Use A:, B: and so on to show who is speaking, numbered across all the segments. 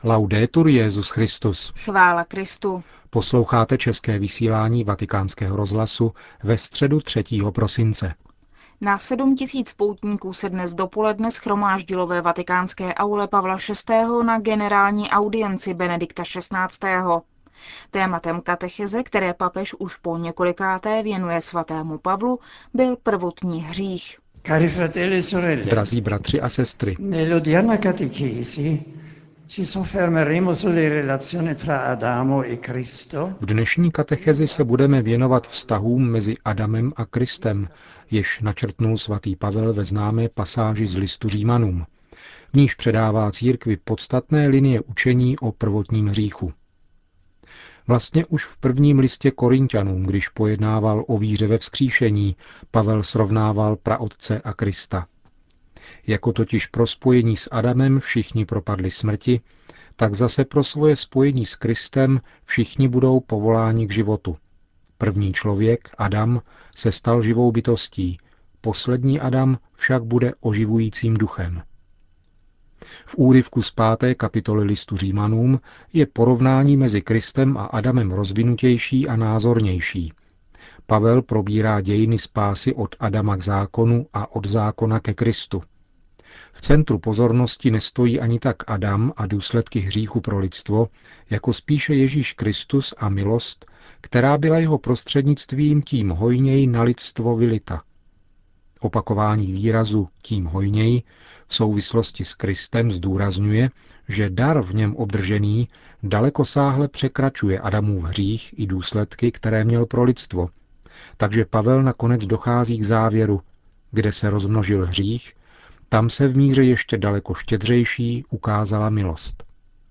A: Laudetur Jesus Christus.
B: Chvála Kristu.
A: Posloucháte české vysílání Vatikánského rozhlasu ve středu 3. prosince.
B: Na 7 000 poutníků se dnes dopoledne shromáždilo ve vatikánské aule Pavla VI. Na generální audienci Benedikta XVI. Tématem katecheze, které papež už po několikáté věnuje svatému Pavlu, byl prvotní hřích.
C: Cari fratelli e sorelle,
A: Drazí bratři a sestry,
C: nell'odierna catechesi ci soffermeremo sulle relazioni tra Adamo e Cristo.
A: v dnešní katechezi se budeme věnovat vztahům mezi Adamem a Kristem, jež načrtnul svatý Pavel ve známé pasáži z listu Římanům. V níž předává církvi podstatné linie učení o prvotním hříchu. Vlastně už v prvním listě Korinťanům, když pojednával o víře ve vzkříšení, Pavel srovnával praotce a Krista. Jako totiž pro spojení s Adamem všichni propadli smrti, tak zase pro svoje spojení s Kristem všichni budou povoláni k životu. První člověk, Adam, se stal živou bytostí, poslední Adam však bude oživujícím duchem. V úryvku z 5. kapitoly listu Římanům je porovnání mezi Kristem a Adamem rozvinutější a názornější. Pavel probírá dějiny spásy od Adama k zákonu a od zákona ke Kristu. V centru pozornosti nestojí ani tak Adam a důsledky hříchu pro lidstvo, jako spíše Ježíš Kristus a milost, která byla jeho prostřednictvím tím hojněji na lidstvo vylita. Opakování výrazu tím hojněji v souvislosti s Kristem zdůrazňuje, že dar v něm obdržený dalekosáhle překračuje Adamův hřích i důsledky, které měl pro lidstvo. Takže Pavel nakonec dochází k závěru, kde se rozmnožil hřích, tam se v míře ještě daleko štědřejší ukázala milost.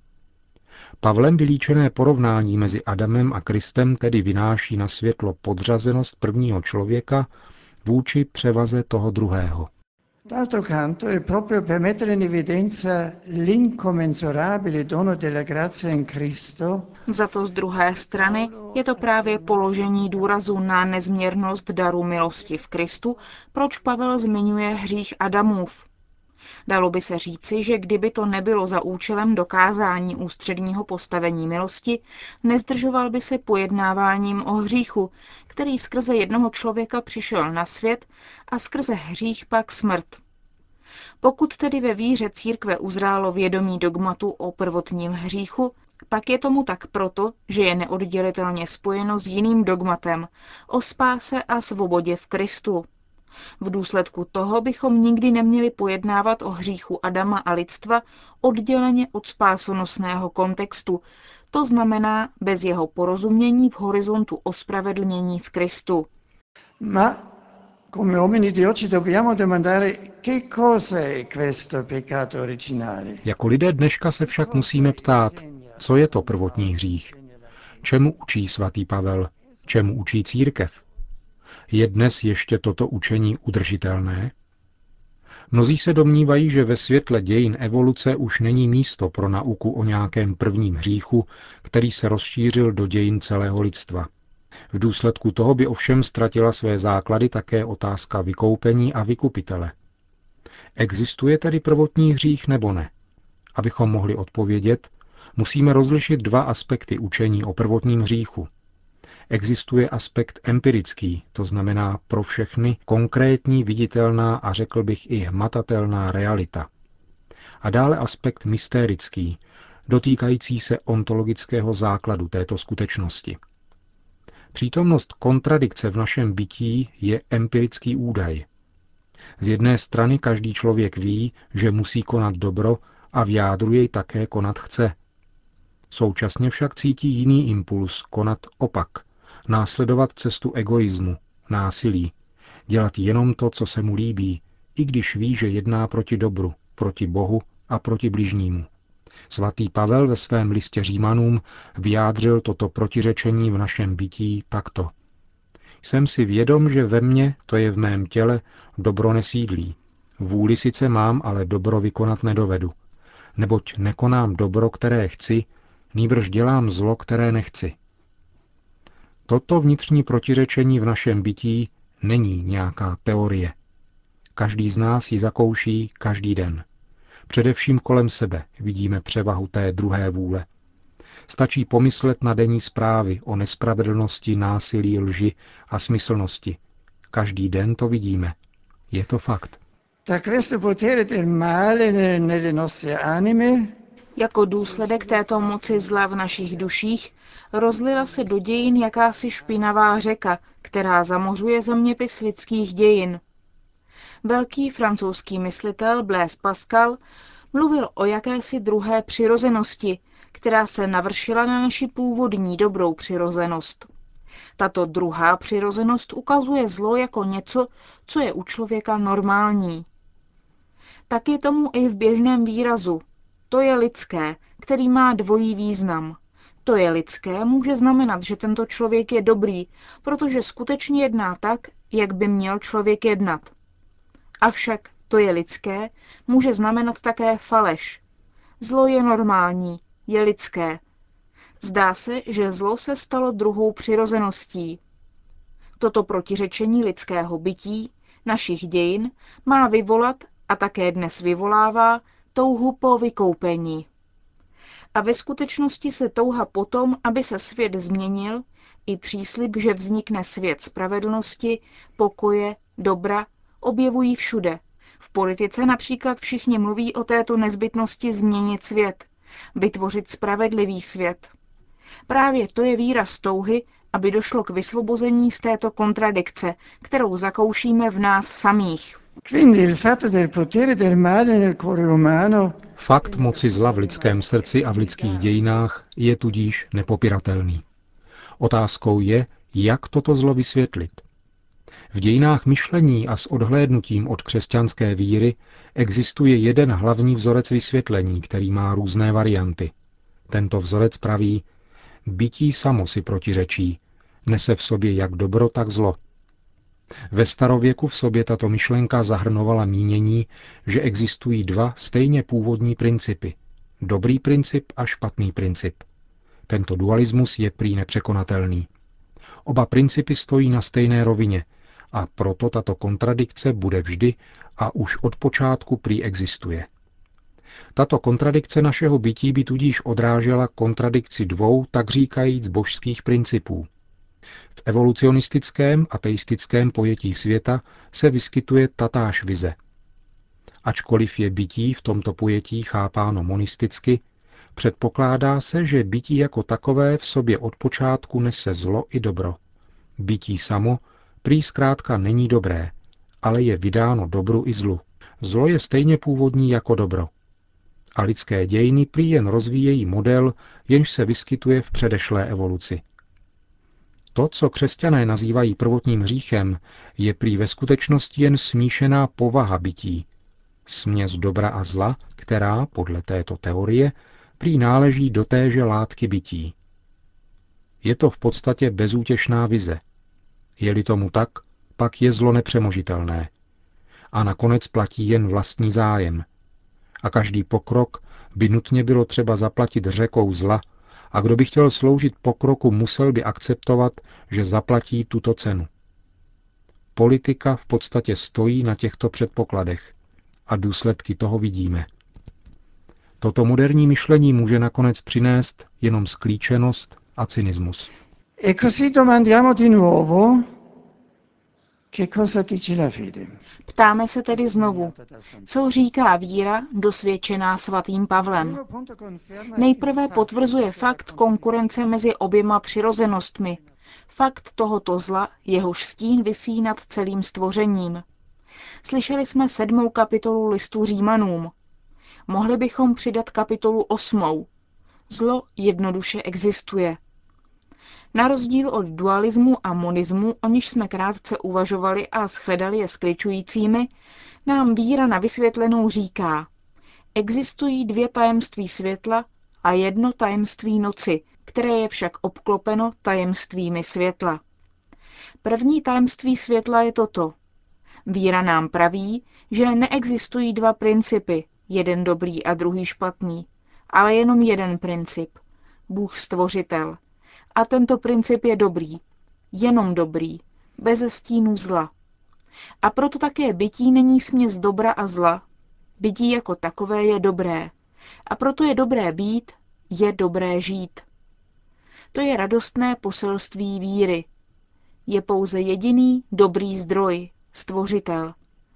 A: Pavlem vylíčené porovnání mezi Adamem a Kristem tedy vynáší na světlo podřazenost prvního člověka vůči převaze toho druhého.
C: D'altro canto è proprio per mettere in evidenza l'incommensurabile dono della grazia in Cristo.
B: Za to z druhé strany je to právě položení důrazu na nezměrnost daru milosti v Kristu, proč Pavel zmiňuje hřích Adamův. Dalo by se říci, že kdyby to nebylo za účelem dokázání ústředního postavení milosti, nezdržoval by se pojednáváním o hříchu, který skrze jednoho člověka přišel na svět a skrze hřích pak smrt. Pokud tedy ve víře církve uzrálo vědomí dogmatu o prvotním hříchu, pak je tomu tak proto, že je neoddělitelně spojeno s jiným dogmatem o spáse a svobodě v Kristu. V důsledku toho bychom nikdy neměli pojednávat o hříchu Adama a lidstva odděleně od spásonosného kontextu, to znamená bez jeho porozumění v horizontu ospravedlnění v Kristu.
C: Ma come uomini di oggi dobbiamo domandare che cosa è questo peccato originale.
A: Jako lidé dneška se však musíme ptát, co je to prvotní hřích? Čemu učí svatý Pavel? Čemu učí církev? Je dnes ještě toto učení udržitelné? Mnozí se domnívají, že ve světle dějin evoluce už není místo pro nauku o nějakém prvním hříchu, který se rozšířil do dějin celého lidstva. V důsledku toho by ovšem ztratila své základy také otázka vykoupení a vykupitele. Existuje tedy prvotní hřích nebo ne? Abychom mohli odpovědět, musíme rozlišit dva aspekty učení o prvotním hříchu. Existuje aspekt empirický, to znamená pro všechny konkrétní, viditelná a řekl bych i hmatatelná realita. A dále aspekt mystérický, dotýkající se ontologického základu této skutečnosti. Přítomnost kontradikce v našem bytí je empirický údaj. Z jedné strany každý člověk ví, že musí konat dobro a v jádru jej také konat chce. Současně však cítí jiný impuls konat opak, následovat cestu egoismu, násilí, dělat jenom to, co se mu líbí, i když ví, že jedná proti dobru, proti Bohu a proti bližnímu. Svatý Pavel ve svém listě Římanům vyjádřil toto protiřečení v našem bytí takto. Jsem si vědom, že ve mně, to je v mém těle, dobro nesídlí. Vůli sice mám, ale dobro vykonat nedovedu. Neboť nekonám dobro, které chci, nýbrž dělám zlo, které nechci. Toto vnitřní protiřečení v našem bytí není nějaká teorie. Každý z nás ji zakouší každý den. Především kolem sebe vidíme převahu té druhé vůle. Stačí pomyslet na denní zprávy o nespravedlnosti, násilí, lži a smyslnosti. Každý den to vidíme. Je to fakt.
B: Jako důsledek této moci zla v našich duších rozlila se do dějin jakási špinavá řeka, která zamořuje zeměpis lidských dějin. Velký francouzský myslitel Blaise Pascal mluvil o jakési druhé přirozenosti, která se navršila na naši původní dobrou přirozenost. Tato druhá přirozenost ukazuje zlo jako něco, co je u člověka normální. Tak je tomu i v běžném výrazu. To je lidské, který má dvojí význam. To je lidské může znamenat, že tento člověk je dobrý, protože skutečně jedná tak, jak by měl člověk jednat. Avšak to je lidské může znamenat také faleš. Zlo je normální, je lidské. Zdá se, že zlo se stalo druhou přirozeností. Toto protiřečení lidského bytí, našich dějin, má vyvolat a také dnes vyvolává touhu po vykoupení. A ve skutečnosti se touha potom, aby se svět změnil, i příslib, že vznikne svět spravedlnosti, pokoje, dobra, objevují všude. V politice například všichni mluví o této nezbytnosti změnit svět, vytvořit spravedlivý svět. Právě to je výraz touhy, aby došlo k vysvobození z této kontradikce, kterou zakoušíme v nás samých.
A: Fakt moci zla v lidském srdci a v lidských dějinách je tudíž nepopiratelný. Otázkou je, jak toto zlo vysvětlit. V dějinách myšlení a s odhlédnutím od křesťanské víry existuje jeden hlavní vzorec vysvětlení, který má různé varianty. Tento vzorec praví, bytí samo si protiřečí, nese v sobě jak dobro, tak zlo. Ve starověku v sobě tato myšlenka zahrnovala mínění, že existují dva stejně původní principy. Dobrý princip a špatný princip. Tento dualismus je prý nepřekonatelný. Oba principy stojí na stejné rovině a proto tato kontradikce bude vždy a už od počátku prý existuje. Tato kontradikce našeho bytí by tudíž odrážela kontradikci dvou, tak říkajíc, božských principů. V evolucionistickém ateistickém pojetí světa se vyskytuje tatáž vize. Ačkoliv je bytí v tomto pojetí chápáno monisticky, předpokládá se, že bytí jako takové v sobě od počátku nese zlo i dobro. Bytí samo prý zkrátka není dobré, ale je vydáno dobru i zlu. Zlo je stejně původní jako dobro. A lidské dějiny prý jen rozvíjejí model, jenž se vyskytuje v předešlé evoluci. To, co křesťané nazývají prvotním hříchem, je prý ve skutečnosti jen smíšená povaha bytí. Směs dobra a zla, která, podle této teorie, prý náleží do téže látky bytí. Je to v podstatě bezútěšná vize. Je-li tomu tak, pak je zlo nepřemožitelné. A nakonec platí jen vlastní zájem. A každý pokrok by nutně bylo třeba zaplatit řekou zla, a kdo by chtěl sloužit pokroku, musel by akceptovat, že zaplatí tuto cenu. Politika v podstatě stojí na těchto předpokladech a důsledky toho vidíme. Toto moderní myšlení může nakonec přinést jenom sklíčenost a cynismus.
C: E così domandiamo di nuovo, che cosa dice la fede?
B: Ptáme se tedy znovu, co říká víra dosvědčená svatým Pavlem. Nejprve potvrzuje fakt konkurence mezi oběma přirozenostmi, fakt tohoto zla, jehož stín visí nad celým stvořením. Slyšeli jsme 7. kapitolu listu Římanům. Mohli bychom přidat kapitolu 8. Zlo jednoduše existuje. Na rozdíl od dualismu a monismu, o nichž jsme krátce uvažovali a shledali je skličujícími, nám víra na vysvětlenou říká: existují 2 tajemství světla a 1 tajemství noci, které je však obklopeno tajemstvími světla. První tajemství světla je toto. Víra nám praví, že neexistují 2 principy, jeden dobrý a druhý špatný, ale jenom jeden princip. Bůh stvořitel. A tento princip je dobrý. Jenom dobrý. Beze stínu zla. A proto také bytí není směs dobra a zla. Bytí jako takové je dobré. A proto je dobré být, je dobré žít. To je radostné poselství víry. Je pouze jediný dobrý zdroj, stvořitel.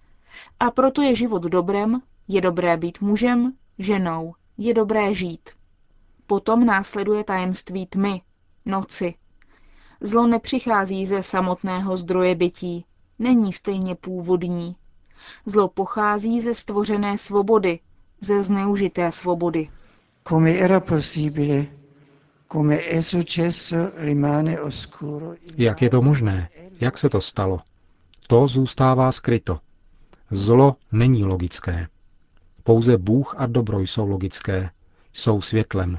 B: A proto je život dobrem, je dobré být mužem, ženou, je dobré žít. Potom následuje tajemství tmy, noci. Zlo nepřichází ze samotného zdroje bytí, není stejně původní. Zlo pochází ze stvořené svobody, ze zneužité svobody.
C: Come era possibile, come è successo rimane oscuro.
A: Jak je to možné? Jak se to stalo? To zůstává skryto. Zlo není logické. Pouze Bůh a dobro jsou logické, jsou světlem.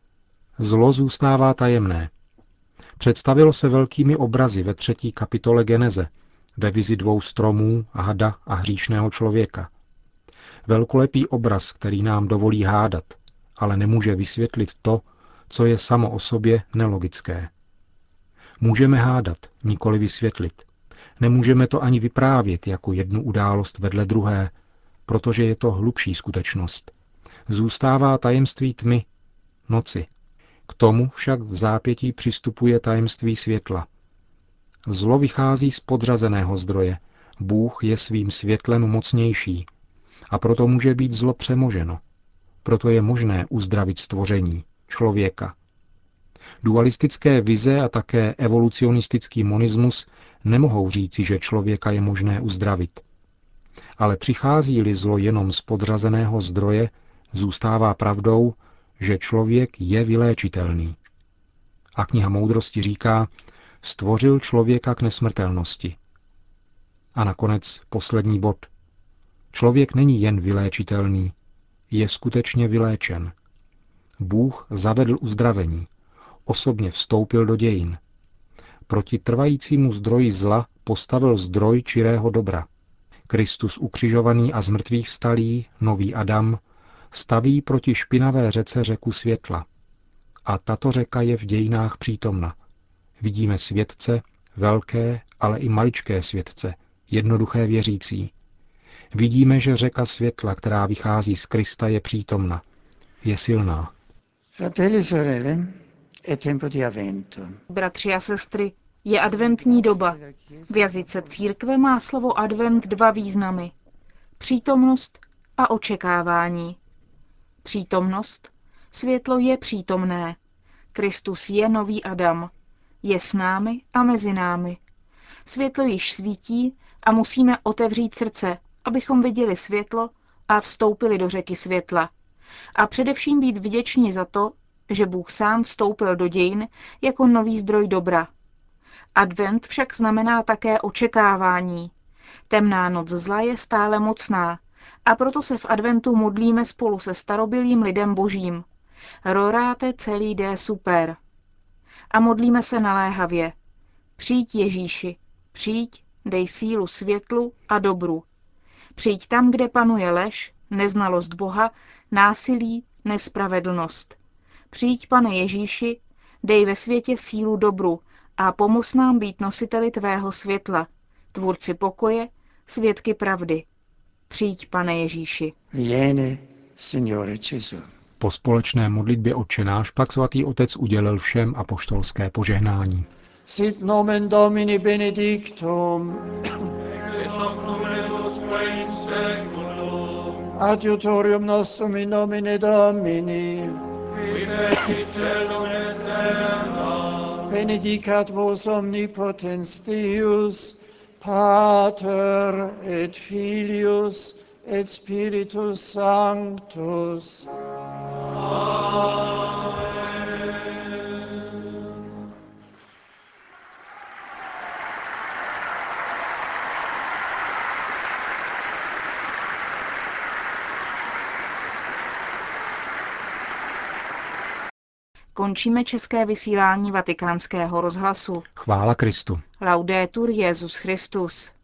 A: Zlo zůstává tajemné. Představilo se velkými obrazy ve 3. kapitole Geneze, ve vizi 2 stromů, hada a hříšného člověka. Velkolepý obraz, který nám dovolí hádat, ale nemůže vysvětlit to, co je samo o sobě nelogické. Můžeme hádat, nikoli vysvětlit. Nemůžeme to ani vyprávět jako jednu událost vedle druhé, protože je to hlubší skutečnost. Zůstává tajemství tmy, noci. K tomu však v zápětí přistupuje tajemství světla. Zlo vychází z podřazeného zdroje. Bůh je svým světlem mocnější a proto může být zlo přemoženo. Proto je možné uzdravit stvoření, člověka. Dualistické vize a také evolucionistický monismus nemohou říci, že člověka je možné uzdravit. Ale přichází-li zlo jenom z podřazeného zdroje, zůstává pravdou, že člověk je vyléčitelný. A kniha Moudrosti říká, stvořil člověka k nesmrtelnosti. A nakonec poslední bod. Člověk není jen vyléčitelný, je skutečně vyléčen. Bůh zavedl uzdravení, osobně vstoupil do dějin. Proti trvajícímu zdroji zla postavil zdroj čirého dobra. Kristus ukřižovaný a zmrtvých vstalý, nový Adam, staví proti špinavé řece řeku světla. A tato řeka je v dějinách přítomna. Vidíme světce, velké, ale i maličké světce, jednoduché věřící. Vidíme, že řeka světla, která vychází z Krista, je přítomna. Je silná.
C: Fratelli e sorelle, è tempo di avvento.
B: Bratři a sestry, je adventní doba. V jazyce církve má slovo advent 2 významy. Přítomnost a očekávání. Přítomnost. Světlo je přítomné. Kristus je nový Adam. Je s námi a mezi námi. Světlo již svítí a musíme otevřít srdce, abychom viděli světlo a vstoupili do řeky světla. A především být vděční za to, že Bůh sám vstoupil do dějin jako nový zdroj dobra. Advent však znamená také očekávání. Temná noc zla je stále mocná a proto se v adventu modlíme spolu se starobylým lidem božím. Rorate celý dé super. A modlíme se naléhavě. Přijď Ježíši, přijď, dej sílu světlu a dobru. Přijď tam, kde panuje lež, neznalost Boha, násilí, nespravedlnost. Přijď, Pane Ježíši, dej ve světě sílu dobru a pomoz nám být nositeli tvého světla, tvůrci pokoje, svědky pravdy. Přijď, Pane Ježíši.
C: Vieni, Signore Gesù.
A: Po společné modlitbě Otčenáš pak svatý otec udělil všem apoštolské požehnání.
C: Sit nomen Domini benedictum.
D: Ex hoc nunc in seculum.
C: Adiutorium nostrum in nomine Domini.
D: Qui fecit caelum et terra.
C: Benedicat vos omnipotens Deus, Pater et Filius et Spiritus Sanctus.
B: Končíme české vysílání Vatikánského rozhlasu.
A: Chvála Kristu.
B: Laudetur Jesus Christus.